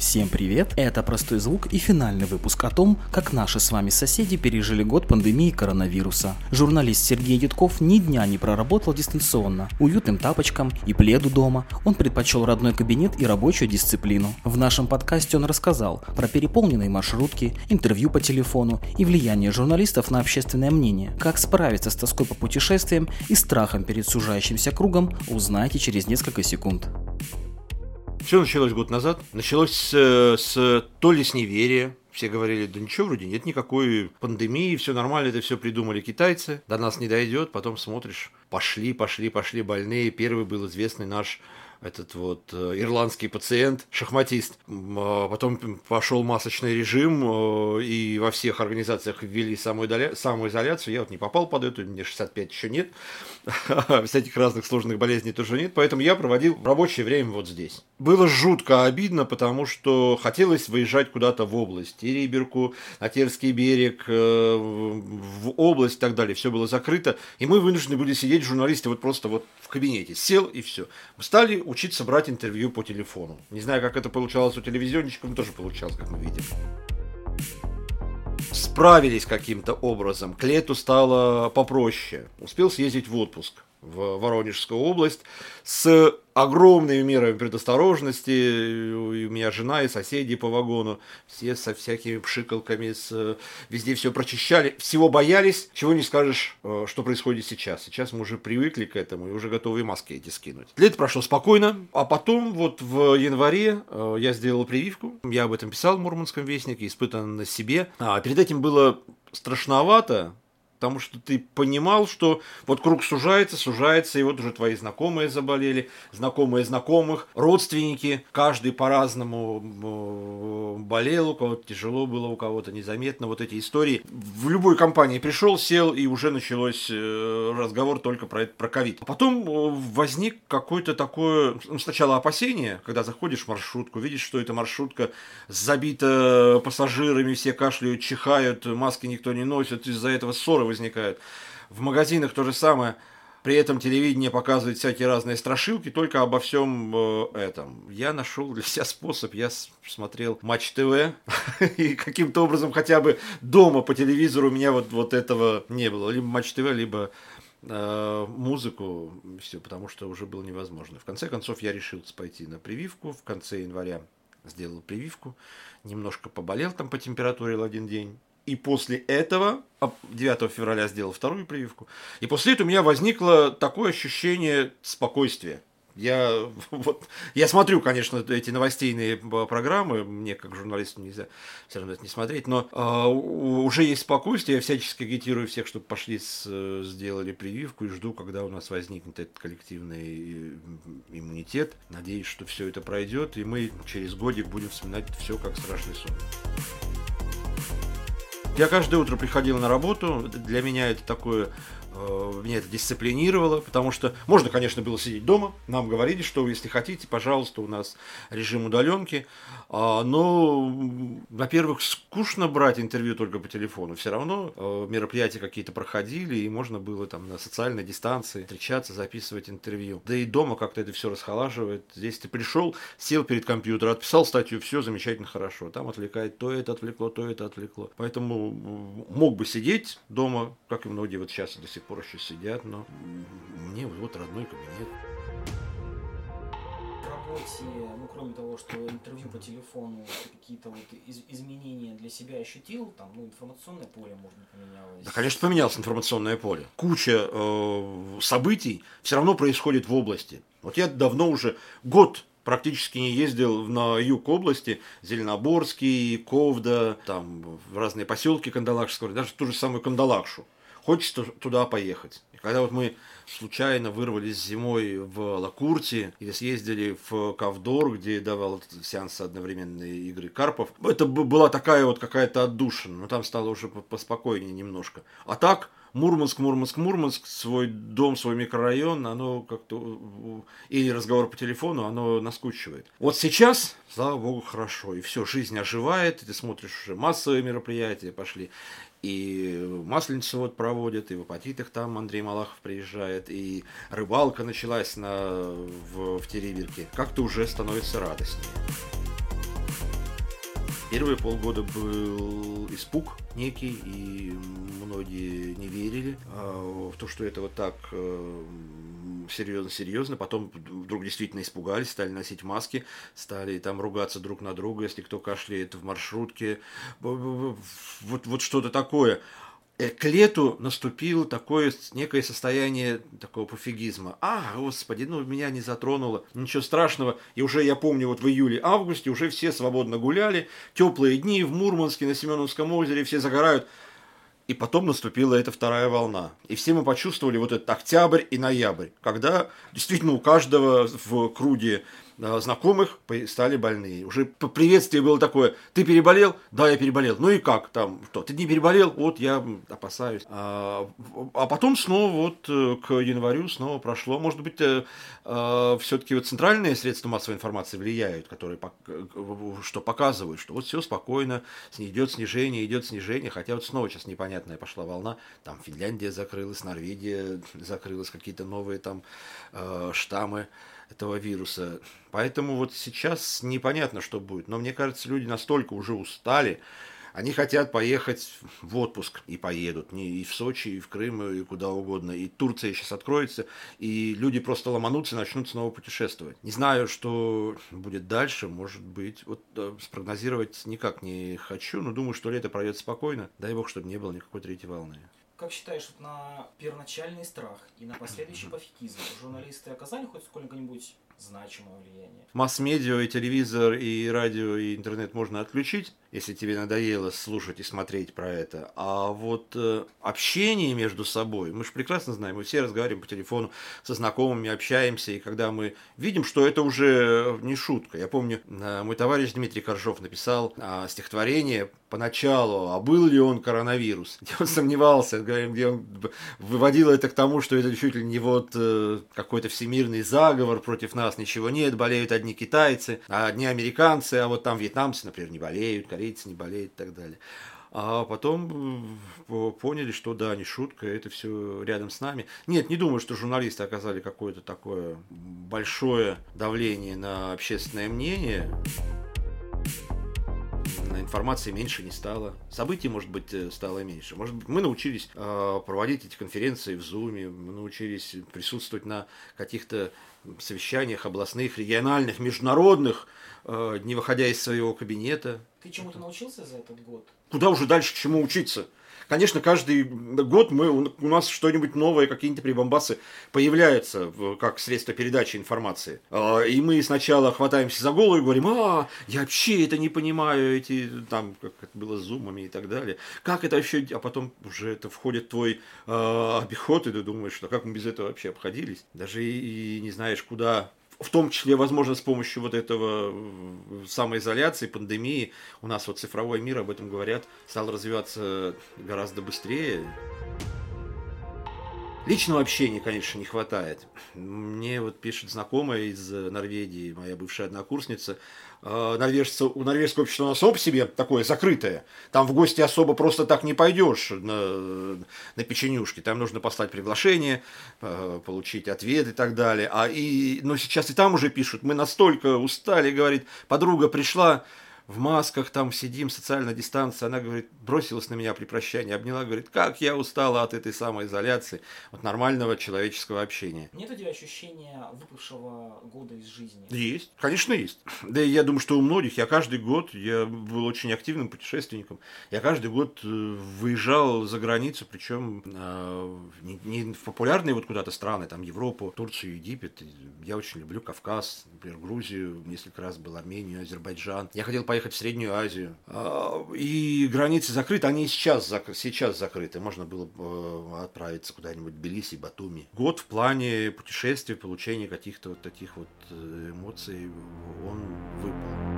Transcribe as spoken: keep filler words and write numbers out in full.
Всем привет! Это «Простой звук» и финальный выпуск о том, как наши с вами соседи пережили год пандемии коронавируса. Журналист Сергей Дедков ни дня не проработал дистанционно. Уютным тапочкам и пледу дома он предпочел родной кабинет и рабочую дисциплину. В нашем подкасте он рассказал про переполненные маршрутки, интервью по телефону и влияние журналистов на общественное мнение. Как справиться с тоской по путешествиям и страхом перед сужающимся кругом, узнаете через несколько секунд. Все началось год назад. Началось с, с то ли с неверия. Все говорили, да ничего вроде, нет никакой пандемии, все нормально, это все придумали китайцы, до нас не дойдет. Потом смотришь, пошли, пошли, пошли больные. Первый был известный наш этот вот ирландский пациент, шахматист. Потом пошел масочный режим, и во всех организациях ввели самоизоляцию. Я вот не попал под эту, мне шестьдесят пять еще нет. Всяких разных сложных болезней тоже нет. Поэтому я проводил рабочее время вот здесь. Было жутко обидно, потому что хотелось выезжать куда-то в область. Териберку, на Терский берег, в область и так далее. Все было закрыто. И мы вынуждены были сидеть, журналисты, вот просто вот в кабинете. Сел и все. Мы стали учиться брать интервью по телефону. Не знаю, как это получалось у телевизионщиков, но тоже получалось, как мы видим. Справились каким-то образом. К лету стало попроще. Успел съездить в отпуск в Воронежскую область с огромными мерами предосторожности. И у меня жена и соседи по вагону. Все со всякими пшикалками, с... везде все прочищали. Всего боялись. Чего не скажешь, что происходит сейчас. Сейчас мы уже привыкли к этому и уже готовы маски эти скинуть. Лето прошло спокойно. А потом вот в январе я сделал прививку. Я об этом писал в Мурманском вестнике, испытан на себе. А перед этим было страшновато. Потому что ты понимал, что вот круг сужается, сужается, и вот уже твои знакомые заболели, знакомые знакомых, родственники, каждый по-разному болел, у кого-то тяжело было, у кого-то незаметно, вот эти истории. В любой компании пришел, сел, и уже началось разговор только про это, про ковид. А потом возник какое-то такое, ну, сначала опасение, когда заходишь в маршрутку, видишь, что эта маршрутка забита пассажирами, все кашляют, чихают, маски никто не носит, из-за этого ссоры возникают. В магазинах то же самое. При этом телевидение показывает всякие разные страшилки, только обо всем э, этом. Я нашел для себя способ. Я смотрел Матч ТВ, и каким-то образом хотя бы дома по телевизору у меня вот, вот этого не было. Либо Матч ТВ, либо э, музыку. Все, потому что уже было невозможно. В конце концов, я решил пойти на прививку. В конце января сделал прививку. Немножко поболел там по температуре один день. И после этого, девятого февраля сделал вторую прививку, и после этого у меня возникло такое ощущение спокойствия. Я, вот, я смотрю, конечно, эти новостейные программы, мне как журналисту нельзя все равно это не смотреть, но э, уже есть спокойствие, я всячески агитирую всех, чтобы пошли, с, сделали прививку, и жду, когда у нас возникнет этот коллективный иммунитет. Надеюсь, что все это пройдет, и мы через годик будем вспоминать все как страшный сон. Я каждое утро приходил на работу, для меня это такое, э, меня это дисциплинировало, потому что можно, конечно, было сидеть дома, нам говорили, что если хотите, пожалуйста, у нас режим удаленки, э, но, во-первых, скучно брать интервью только по телефону, все равно э, мероприятия какие-то проходили, и можно было там на социальной дистанции встречаться, записывать интервью. Да и дома как-то это все расхолаживает. Здесь ты пришел, сел перед компьютером, отписал статью, все замечательно, хорошо. Там отвлекает, то это отвлекло, то это отвлекло. Поэтому мог бы сидеть дома, как и многие вот сейчас до сих пор еще сидят, но мне вот родной кабинет. В работе, ну кроме того, что интервью по телефону, какие-то вот из- изменения для себя ощутил, там, ну, информационное поле, может быть, поменялось. Да, конечно, поменялось информационное поле. Куча э, событий все равно происходит в области. Вот я давно уже год практически не ездил на юг области, Зеленоборский, Ковда, там в разные поселки Кандалакшского, даже ту же самую Кандалакшу. Хочется туда поехать. И когда вот мы случайно вырвались зимой в Лакурте или съездили в Ковдор, где давал сеанс одновременной игры Карпов, это была такая вот какая-то отдушина, но там стало уже поспокойнее немножко. А так Мурманск, Мурманск, Мурманск, свой дом, свой микрорайон, оно как-то, или разговор по телефону, оно наскучивает. Вот сейчас, слава богу, хорошо, и все, жизнь оживает, и ты смотришь, уже массовые мероприятия пошли, и Масленицу вот проводят, и в Апатитах там Андрей Малахов приезжает, и рыбалка началась на, в, в Териберке. Как-то уже становится радостнее. Первые полгода был испуг некий, и многие не верили в то, что это вот так серьезно-серьезно. Потом вдруг действительно испугались, стали носить маски, стали там ругаться друг на друга, если кто кашляет в маршрутке. Вот, вот что-то такое. К лету наступило такое некое состояние такого пофигизма. А, господи, ну меня не затронуло, ничего страшного. И уже я помню, вот в июле-августе уже все свободно гуляли, теплые дни в Мурманске, на Семеновском озере, все загорают. И потом наступила эта вторая волна. И все мы почувствовали вот этот октябрь и ноябрь, когда действительно у каждого в круге знакомых стали больные. Уже приветствие было такое: ты переболел? Да, я переболел. Ну и как там? Что? Ты не переболел? Вот я опасаюсь. А, а потом снова вот к январю снова прошло. Может быть, все-таки вот центральные средства массовой информации влияют, которые что показывают, что вот все спокойно, идет снижение, идет снижение. Хотя вот снова сейчас непонятная пошла волна. Там Финляндия закрылась, Норвегия закрылась, какие-то новые там штаммы этого вируса. Поэтому вот сейчас непонятно, что будет. Но мне кажется, люди настолько уже устали, они хотят поехать в отпуск и поедут. И в Сочи, и в Крым, и куда угодно. И Турция сейчас откроется, и люди просто ломанутся и начнут снова путешествовать. Не знаю, что будет дальше, может быть. Вот спрогнозировать никак не хочу, но думаю, что лето пройдет спокойно. Дай бог, чтобы не было никакой третьей волны. Как считаешь, вот на первоначальный страх и на последующий пофигизм журналисты оказали хоть сколько-нибудь значимое влияние? Масс-медиа, и телевизор, и радио, и интернет можно отключить, если тебе надоело слушать и смотреть про это. А вот э, общение между собой, мы же прекрасно знаем, мы все разговариваем по телефону со знакомыми, общаемся, и когда мы видим, что это уже не шутка. Я помню, э, мой товарищ Дмитрий Коржов написал э, стихотворение поначалу, а был ли он коронавирус, где он сомневался, где он выводил это к тому, что это чуть ли не вот э, какой-то всемирный заговор против нас, ничего нет, болеют одни китайцы, а одни американцы, а вот там вьетнамцы, например, не болеют, корейцы не болеют и так далее. А потом поняли, что да, не шутка, это все рядом с нами. Нет, не думаю, что журналисты оказали какое-то такое большое давление на общественное мнение. Информации меньше не стало. Событий, может быть, стало меньше. Может быть, мы научились э, проводить эти конференции в Zoom, мы научились присутствовать на каких-то совещаниях областных, региональных, международных, э, не выходя из своего кабинета. Ты чему-то научился за этот год? Куда уже дальше, к чему учиться? Конечно, каждый год мы, у нас что-нибудь новое, какие-то прибамбасы появляются как средство передачи информации. И мы сначала хватаемся за голову и говорим: а, я вообще это не понимаю, эти, там, как это было с зумами и так далее. Как это вообще, а потом уже это входит в твой э, обиход, и ты думаешь, что как мы без этого вообще обходились. Даже и, и не знаешь, куда... В том числе, возможно, с помощью вот этого самоизоляции, пандемии, у нас вот цифровой мир, об этом говорят, стал развиваться гораздо быстрее. Личного общения, конечно, не хватает. Мне вот пишет знакомая из Норвегии, моя бывшая однокурсница. Норвежцы, у норвежского общества у нас само по себе такое закрытое. Там в гости особо просто так не пойдешь на, на печенюшки. Там нужно послать приглашение, получить ответ и так далее. А и, но сейчас и там уже пишут: мы настолько устали, говорит, подруга пришла в масках, там сидим, социальная дистанция. Она, говорит, бросилась на меня при прощании, обняла, говорит: как я устала от этой самоизоляции, от нормального человеческого общения. Нет у тебя ощущения выпавшего года из жизни? Есть, конечно, есть. Да и я думаю, что у многих. Я каждый год, я был очень активным путешественником, я каждый год выезжал за границу, причем э, не, не в популярные вот куда-то страны, там Европу, Турцию, Египет. Я очень люблю Кавказ, например, Грузию, несколько раз был, Армению, Азербайджан. Я хотел поехать в Среднюю Азию. И границы закрыты, они сейчас, зак- сейчас закрыты. Можно было э, отправиться куда-нибудь в Тбилиси, Батуми. Год в плане путешествий, получения каких-то вот таких вот эмоций, он выпал.